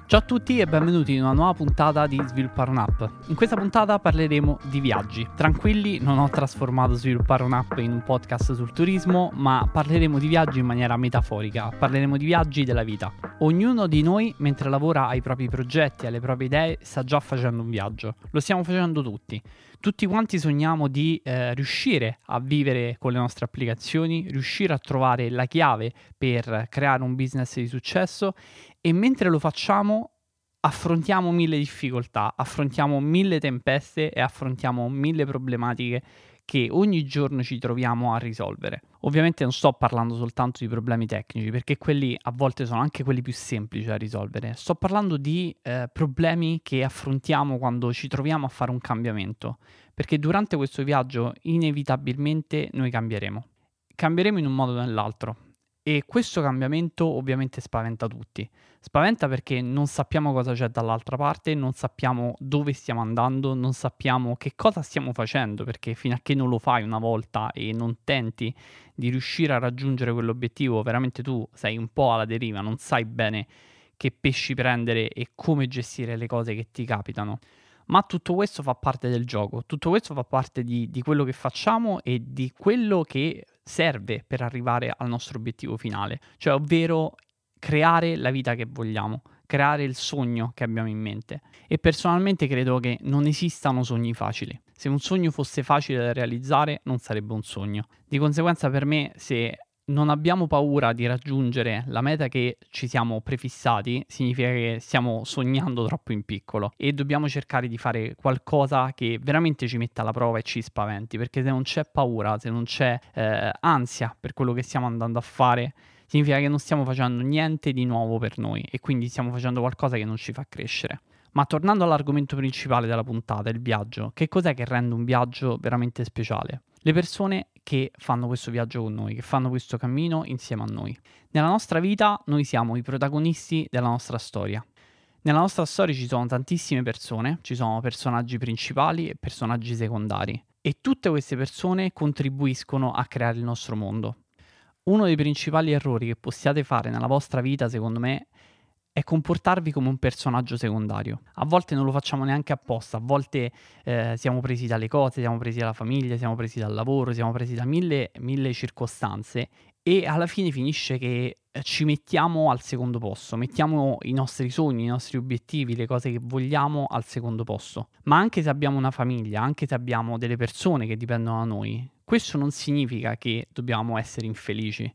Ciao a tutti e benvenuti in una nuova puntata di Sviluppare un'app. In questa puntata parleremo di viaggi. Tranquilli, non ho trasformato Sviluppare un'app in un podcast sul turismo, ma parleremo di viaggi in maniera metaforica, parleremo di viaggi della vita. Ognuno di noi, mentre lavora ai propri progetti, alle proprie idee, sta già facendo un viaggio. Lo stiamo facendo tutti. Tutti quanti sogniamo di riuscire a vivere con le nostre applicazioni, riuscire a trovare la chiave per creare un business di successo e mentre lo facciamo affrontiamo mille difficoltà, affrontiamo mille tempeste e affrontiamo mille problematiche che ogni giorno ci troviamo a risolvere. Ovviamente non sto parlando soltanto di problemi tecnici, perché quelli a volte sono anche quelli più semplici da risolvere. Sto parlando di problemi che affrontiamo quando ci troviamo a fare un cambiamento, perché durante questo viaggio inevitabilmente noi cambieremo. Cambieremo in un modo o nell'altro. E questo cambiamento ovviamente spaventa tutti. Spaventa perché non sappiamo cosa c'è dall'altra parte, non sappiamo dove stiamo andando, non sappiamo che cosa stiamo facendo, perché fino a che non lo fai una volta e non tenti di riuscire a raggiungere quell'obiettivo, veramente tu sei un po' alla deriva, non sai bene che pesci prendere e come gestire le cose che ti capitano. Ma tutto questo fa parte del gioco, tutto questo fa parte di quello che facciamo e di quello che serve per arrivare al nostro obiettivo finale, cioè ovvero creare la vita che vogliamo, creare il sogno che abbiamo in mente. E personalmente credo che non esistano sogni facili. Se un sogno fosse facile da realizzare, non sarebbe un sogno. Di conseguenza, per me, se non abbiamo paura di raggiungere la meta che ci siamo prefissati, significa che stiamo sognando troppo in piccolo e dobbiamo cercare di fare qualcosa che veramente ci metta alla prova e ci spaventi, perché se non c'è paura, se non c'è ansia per quello che stiamo andando a fare, significa che non stiamo facendo niente di nuovo per noi e quindi stiamo facendo qualcosa che non ci fa crescere. Ma tornando all'argomento principale della puntata, il viaggio, che cos'è che rende un viaggio veramente speciale? Le persone che fanno questo viaggio con noi, che fanno questo cammino insieme a noi. Nella nostra vita noi siamo i protagonisti della nostra storia. Nella nostra storia ci sono tantissime persone, ci sono personaggi principali e personaggi secondari e tutte queste persone contribuiscono a creare il nostro mondo. Uno dei principali errori che possiate fare nella vostra vita, secondo me, è comportarvi come un personaggio secondario. A volte non lo facciamo neanche apposta, a volte siamo presi dalle cose, siamo presi dalla famiglia, siamo presi dal lavoro, siamo presi da mille circostanze e alla fine finisce che ci mettiamo al secondo posto, mettiamo i nostri sogni, i nostri obiettivi, le cose che vogliamo al secondo posto. Ma anche se abbiamo una famiglia, anche se abbiamo delle persone che dipendono da noi, questo non significa che dobbiamo essere infelici.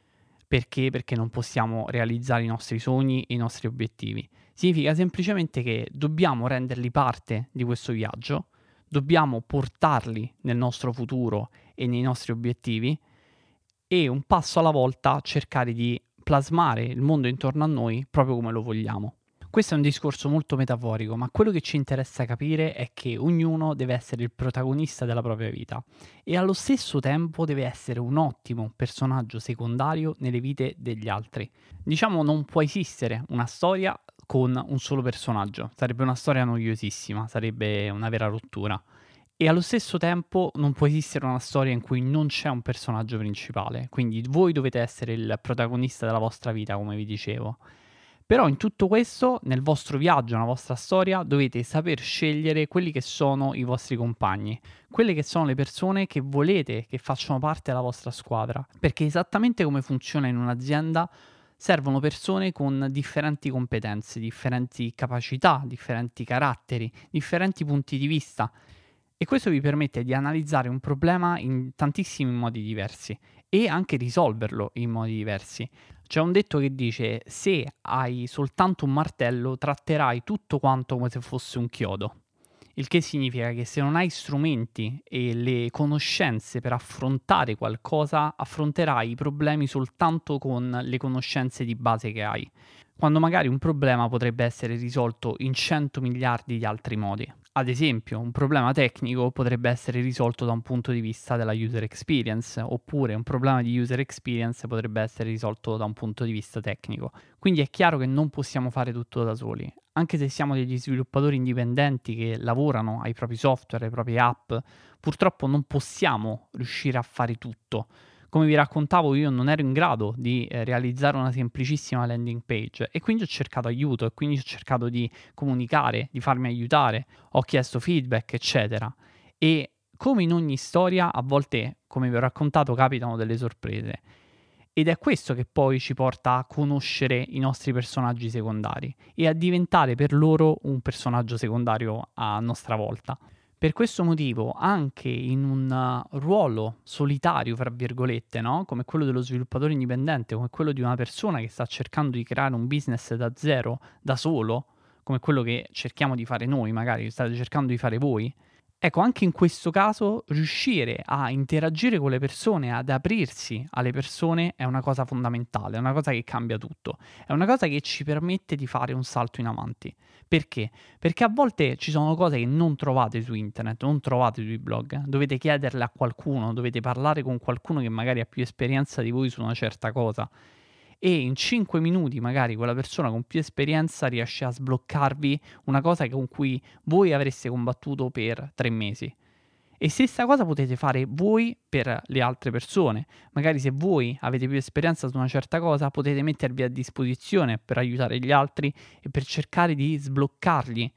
Perché? Perché non possiamo realizzare i nostri sogni e i nostri obiettivi. Significa semplicemente che dobbiamo renderli parte di questo viaggio, dobbiamo portarli nel nostro futuro e nei nostri obiettivi e un passo alla volta cercare di plasmare il mondo intorno a noi proprio come lo vogliamo. Questo è un discorso molto metaforico, ma quello che ci interessa capire è che ognuno deve essere il protagonista della propria vita e allo stesso tempo deve essere un ottimo personaggio secondario nelle vite degli altri. Diciamo, non può esistere una storia con un solo personaggio, sarebbe una storia noiosissima, sarebbe una vera rottura. E allo stesso tempo non può esistere una storia in cui non c'è un personaggio principale, quindi voi dovete essere il protagonista della vostra vita, come vi dicevo. Però in tutto questo, nel vostro viaggio, nella vostra storia, dovete saper scegliere quelli che sono i vostri compagni, quelle che sono le persone che volete che facciano parte della vostra squadra, perché esattamente come funziona in un'azienda, servono persone con differenti competenze, differenti capacità, differenti caratteri, differenti punti di vista. E questo vi permette di analizzare un problema in tantissimi modi diversi e anche risolverlo in modi diversi. C'è un detto che dice: se hai soltanto un martello, tratterai tutto quanto come se fosse un chiodo. Il che significa che se non hai strumenti e le conoscenze per affrontare qualcosa, affronterai i problemi soltanto con le conoscenze di base che hai, quando magari un problema potrebbe essere risolto in 100 miliardi di altri modi. Ad esempio, un problema tecnico potrebbe essere risolto da un punto di vista della user experience, oppure un problema di user experience potrebbe essere risolto da un punto di vista tecnico. Quindi è chiaro che non possiamo fare tutto da soli. Anche se siamo degli sviluppatori indipendenti che lavorano ai propri software, ai propri app, purtroppo non possiamo riuscire a fare tutto. Come vi raccontavo, io non ero in grado di realizzare una semplicissima landing page e quindi ho cercato aiuto e quindi ho cercato di comunicare, di farmi aiutare, ho chiesto feedback, eccetera. E come in ogni storia, a volte, come vi ho raccontato, capitano delle sorprese. Ed è questo che poi ci porta a conoscere i nostri personaggi secondari e a diventare per loro un personaggio secondario a nostra volta. Per questo motivo, anche in un ruolo solitario, fra virgolette, no? Come quello dello sviluppatore indipendente, come quello di una persona che sta cercando di creare un business da zero, da solo, come quello che cerchiamo di fare noi, magari che state cercando di fare voi, ecco, anche in questo caso riuscire a interagire con le persone, ad aprirsi alle persone è una cosa fondamentale, è una cosa che cambia tutto, è una cosa che ci permette di fare un salto in avanti. Perché? Perché a volte ci sono cose che non trovate su internet, non trovate sui blog, dovete chiederle a qualcuno, dovete parlare con qualcuno che magari ha più esperienza di voi su una certa cosa e in 5 minuti magari quella persona con più esperienza riesce a sbloccarvi una cosa con cui voi avreste combattuto per 3 mesi. E stessa cosa potete fare voi per le altre persone. Magari se voi avete più esperienza su una certa cosa, potete mettervi a disposizione per aiutare gli altri e per cercare di sbloccargli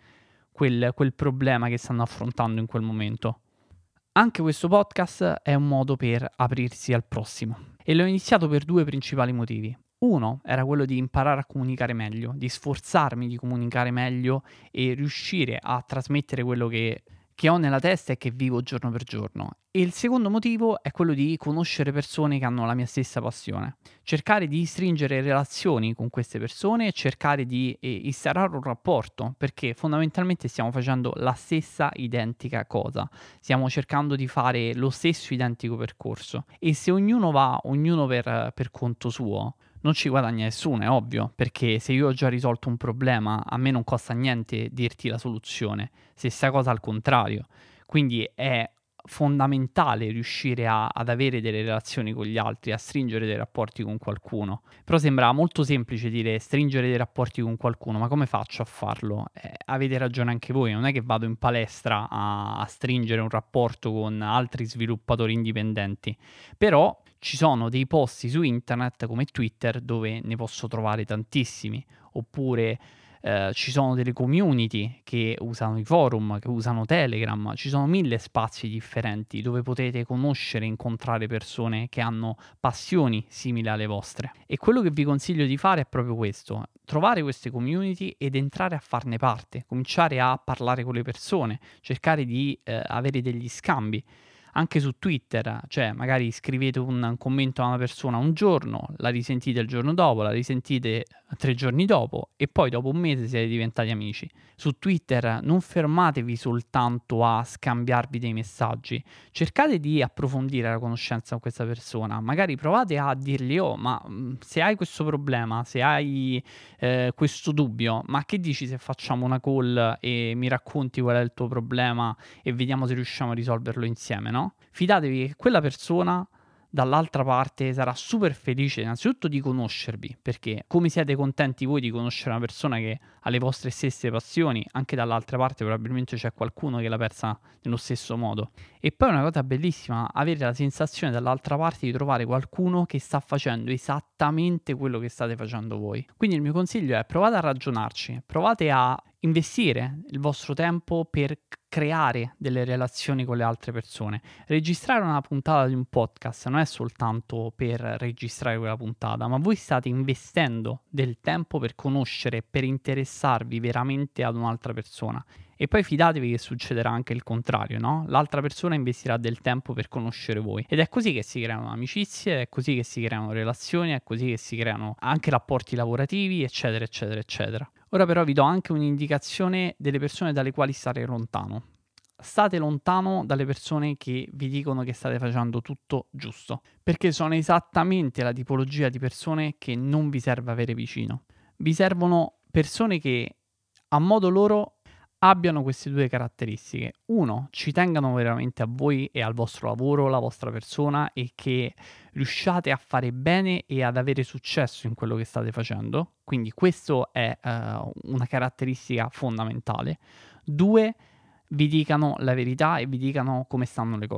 quel problema che stanno affrontando in quel momento. Anche questo podcast è un modo per aprirsi al prossimo e l'ho iniziato per 2 principali motivi. Uno era quello di imparare a comunicare meglio, di sforzarmi di comunicare meglio e riuscire a trasmettere quello che ho nella testa e che vivo giorno per giorno. E il secondo motivo è quello di conoscere persone che hanno la mia stessa passione. Cercare di stringere relazioni con queste persone e cercare di instaurare un rapporto, perché fondamentalmente stiamo facendo la stessa identica cosa. Stiamo cercando di fare lo stesso identico percorso. E se ognuno va, ognuno per conto suo, non ci guadagna nessuno, è ovvio, perché se io ho già risolto un problema, a me non costa niente dirti la soluzione. Stessa cosa al contrario. Quindi è fondamentale riuscire ad avere delle relazioni con gli altri, a stringere dei rapporti con qualcuno. Però sembra molto semplice dire stringere dei rapporti con qualcuno, ma come faccio a farlo? Avete ragione anche voi, non è che vado in palestra a stringere un rapporto con altri sviluppatori indipendenti, però ci sono dei posti su internet come Twitter dove ne posso trovare tantissimi, oppure ci sono delle community che usano i forum, che usano Telegram, ci sono 1000 spazi differenti dove potete conoscere e incontrare persone che hanno passioni simili alle vostre. E quello che vi consiglio di fare è proprio questo: trovare queste community ed entrare a farne parte, cominciare a parlare con le persone, cercare di avere degli scambi. Anche su Twitter, cioè magari scrivete un commento a una persona un giorno, la risentite il giorno dopo, la risentite 3 giorni dopo e poi dopo un mese siete diventati amici. Su Twitter non fermatevi soltanto a scambiarvi dei messaggi, cercate di approfondire la conoscenza con questa persona, magari provate a dirgli: "Oh, ma se hai questo problema, se hai questo dubbio, ma che dici se facciamo una call e mi racconti qual è il tuo problema e vediamo se riusciamo a risolverlo insieme", no? Fidatevi che quella persona dall'altra parte sarà super felice innanzitutto di conoscervi, perché come siete contenti voi di conoscere una persona che ha le vostre stesse passioni, anche dall'altra parte probabilmente c'è qualcuno che l'ha persa nello stesso modo. E poi una cosa bellissima, avere la sensazione dall'altra parte di trovare qualcuno che sta facendo esattamente quello che state facendo voi. Quindi il mio consiglio è: provate a ragionarci, provate a investire il vostro tempo per creare delle relazioni con le altre persone. Registrare una puntata di un podcast non è soltanto per registrare quella puntata, ma voi state investendo del tempo per conoscere, per interessarvi veramente ad un'altra persona. E poi fidatevi che succederà anche il contrario, no? L'altra persona investirà del tempo per conoscere voi. Ed è così che si creano amicizie, è così che si creano relazioni, è così che si creano anche rapporti lavorativi, eccetera, eccetera, eccetera. Ora però vi do anche un'indicazione delle persone dalle quali stare lontano. State lontano dalle persone che vi dicono che state facendo tutto giusto, perché sono esattamente la tipologia di persone che non vi serve avere vicino. Vi servono persone che a modo loro abbiano queste 2 caratteristiche. 1, ci tengano veramente a voi e al vostro lavoro, la vostra persona, e che riusciate a fare bene e ad avere successo in quello che state facendo. Quindi questo è una caratteristica fondamentale. 2, vi dicano la verità e vi dicano come stanno le cose.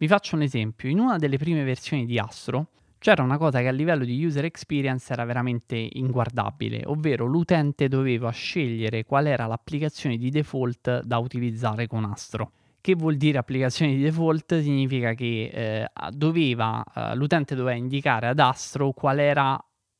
Vi faccio un esempio. In una delle prime versioni di Astro c'era una cosa che a livello di user experience era veramente inguardabile, ovvero l'utente doveva scegliere qual era l'applicazione di default da utilizzare con Astro. Che vuol dire applicazione di default? Significa che l'utente doveva indicare ad Astro qual era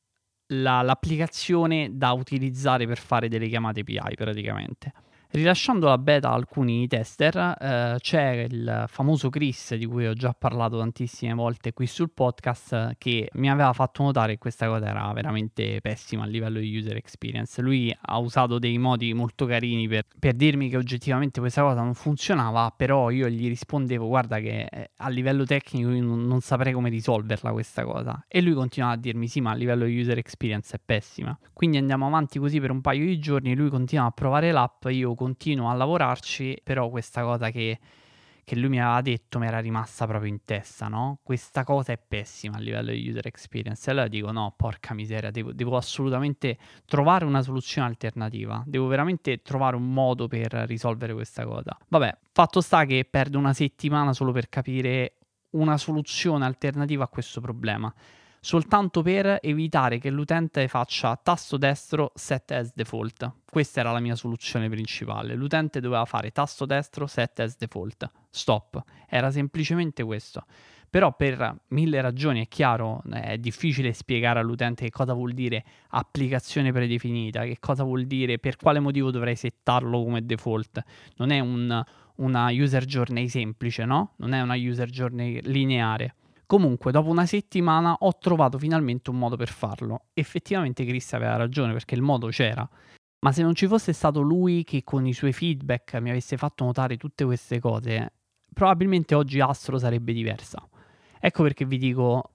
l'applicazione da utilizzare per fare delle chiamate API praticamente. Rilasciando la beta a alcuni tester, c'è il famoso Chris, di cui ho già parlato tantissime volte qui sul podcast, che mi aveva fatto notare che questa cosa era veramente pessima a livello di user experience. Lui ha usato dei modi molto carini per dirmi che oggettivamente questa cosa non funzionava, però io gli rispondevo: guarda che a livello tecnico io non saprei come risolverla questa cosa. E lui continuava a dirmi: sì, ma a livello di user experience è pessima. Quindi andiamo avanti così per un paio di giorni, lui continua a provare l'app, io continuo a lavorarci, però questa cosa che lui mi aveva detto mi era rimasta proprio in testa, no? Questa cosa è pessima a livello di user experience. E allora dico: no, porca miseria, devo assolutamente trovare una soluzione alternativa. Devo veramente trovare un modo per risolvere questa cosa. Vabbè, fatto sta che perdo una settimana solo per capire una soluzione alternativa a questo problema, soltanto per evitare che l'utente faccia tasto destro set as default. Questa era la mia soluzione principale. L'utente doveva fare tasto destro set as default. Stop. Era semplicemente questo. Però per 1000 ragioni, è chiaro, è difficile spiegare all'utente che cosa vuol dire applicazione predefinita, che cosa vuol dire, per quale motivo dovrei settarlo come default. Non è una user journey semplice, no? Non è una user journey lineare. Comunque, dopo una settimana ho trovato finalmente un modo per farlo. Effettivamente Chris aveva ragione, perché il modo c'era. Ma se non ci fosse stato lui che con i suoi feedback mi avesse fatto notare tutte queste cose, probabilmente oggi Astro sarebbe diversa. Ecco perché vi dico: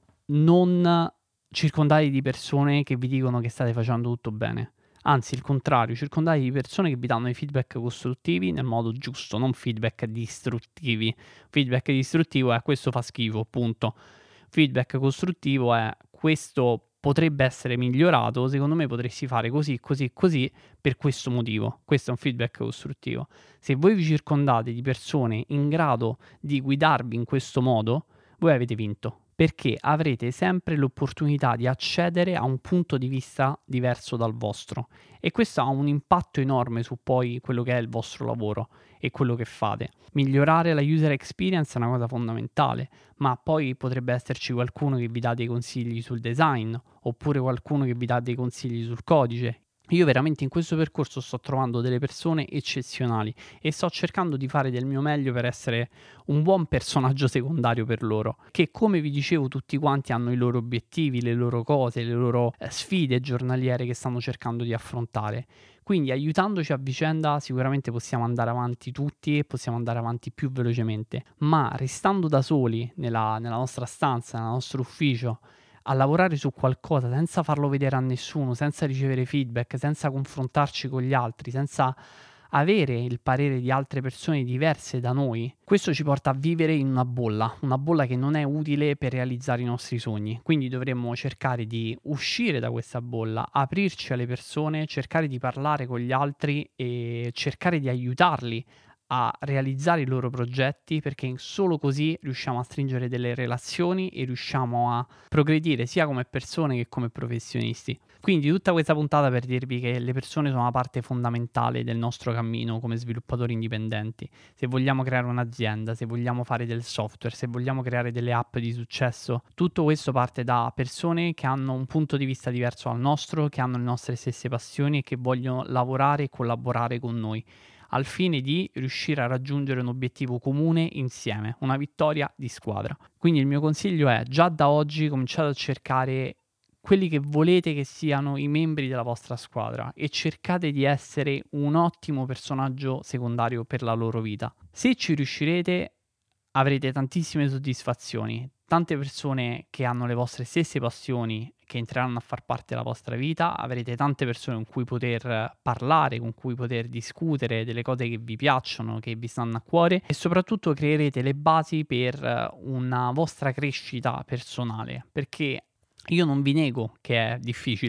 non circondatevi di persone che vi dicono che state facendo tutto bene. Anzi, il contrario, circondatevi di persone che vi danno i feedback costruttivi nel modo giusto, non feedback distruttivi. Feedback distruttivo è: questo fa schifo, punto. Feedback costruttivo è: questo potrebbe essere migliorato, secondo me potresti fare così, così, così, per questo motivo. Questo è un feedback costruttivo. Se voi vi circondate di persone in grado di guidarvi in questo modo, voi avete vinto, perché avrete sempre l'opportunità di accedere a un punto di vista diverso dal vostro, e questo ha un impatto enorme su poi quello che è il vostro lavoro e quello che fate. Migliorare la user experience è una cosa fondamentale, ma poi potrebbe esserci qualcuno che vi dà dei consigli sul design, oppure qualcuno che vi dà dei consigli sul codice. Io veramente in questo percorso sto trovando delle persone eccezionali e sto cercando di fare del mio meglio per essere un buon personaggio secondario per loro, che, come vi dicevo, tutti quanti hanno i loro obiettivi, le loro cose, le loro sfide giornaliere che stanno cercando di affrontare. Quindi, aiutandoci a vicenda, sicuramente possiamo andare avanti tutti e possiamo andare avanti più velocemente, ma restando da soli nella nostra stanza, nel nostro ufficio, a lavorare su qualcosa senza farlo vedere a nessuno, senza ricevere feedback, senza confrontarci con gli altri, senza avere il parere di altre persone diverse da noi, questo ci porta a vivere in una bolla che non è utile per realizzare i nostri sogni. Quindi dovremmo cercare di uscire da questa bolla, aprirci alle persone, cercare di parlare con gli altri e cercare di aiutarli a realizzare i loro progetti, perché solo così riusciamo a stringere delle relazioni e riusciamo a progredire sia come persone che come professionisti. Quindi tutta questa puntata per dirvi che le persone sono una parte fondamentale del nostro cammino come sviluppatori indipendenti. Se vogliamo creare un'azienda, se vogliamo fare del software, se vogliamo creare delle app di successo, tutto questo parte da persone che hanno un punto di vista diverso dal nostro, che hanno le nostre stesse passioni e che vogliono lavorare e collaborare con noi, al fine di riuscire a raggiungere un obiettivo comune insieme, una vittoria di squadra. Quindi il mio consiglio è: già da oggi cominciate a cercare quelli che volete che siano i membri della vostra squadra e cercate di essere un ottimo personaggio secondario per la loro vita. Se ci riuscirete, avrete tantissime soddisfazioni, tante persone che hanno le vostre stesse passioni che entreranno a far parte della vostra vita, avrete tante persone con cui poter parlare, con cui poter discutere delle cose che vi piacciono, che vi stanno a cuore, e soprattutto creerete le basi per una vostra crescita personale, perché io non vi nego che è difficile.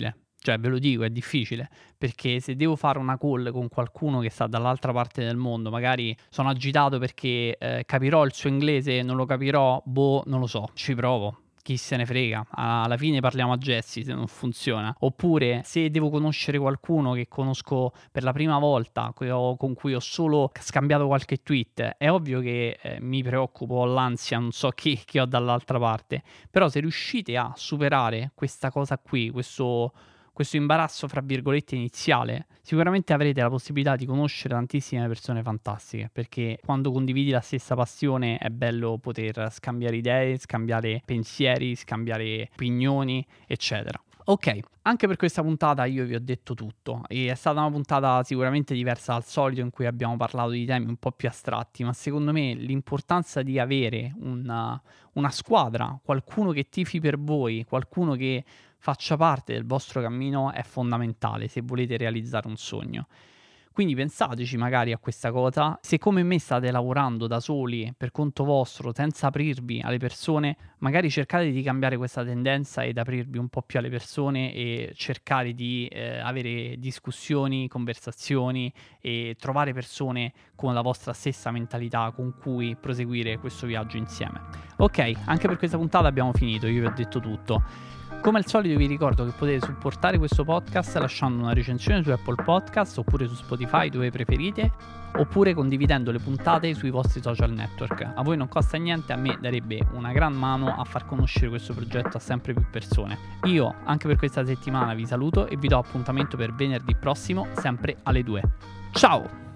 Cioè, ve lo dico, è difficile, perché se devo fare una call con qualcuno che sta dall'altra parte del mondo, magari sono agitato perché capirò il suo inglese, non lo capirò, non lo so, ci provo. Chi se ne frega, alla fine parliamo a Jessie se non funziona. Oppure se devo conoscere qualcuno che conosco per la prima volta, con cui ho solo scambiato qualche tweet, è ovvio che mi preoccupo, ho l'ansia, non so chi ho dall'altra parte. Però se riuscite a superare questa cosa qui, questo imbarazzo fra virgolette iniziale, sicuramente avrete la possibilità di conoscere tantissime persone fantastiche, perché quando condividi la stessa passione è bello poter scambiare idee, scambiare pensieri, scambiare opinioni, eccetera. Ok, anche per questa puntata io vi ho detto tutto e è stata una puntata sicuramente diversa dal solito in cui abbiamo parlato di temi un po' più astratti, ma secondo me l'importanza di avere una squadra, qualcuno che tifi per voi, qualcuno che faccia parte del vostro cammino è fondamentale se volete realizzare un sogno. Quindi pensateci magari a questa cosa, se come me state lavorando da soli per conto vostro senza aprirvi alle persone, magari cercate di cambiare questa tendenza ed aprirvi un po' più alle persone e cercare di avere discussioni, conversazioni e trovare persone con la vostra stessa mentalità con cui proseguire questo viaggio insieme. Ok, anche per questa puntata abbiamo finito, io vi ho detto tutto. Come al solito vi ricordo che potete supportare questo podcast lasciando una recensione su Apple Podcast oppure su Spotify dove preferite, oppure condividendo le puntate sui vostri social network. A voi non costa niente, a me darebbe una gran mano a far conoscere questo progetto a sempre più persone. Io anche per questa settimana vi saluto e vi do appuntamento per venerdì prossimo sempre alle 2. Ciao!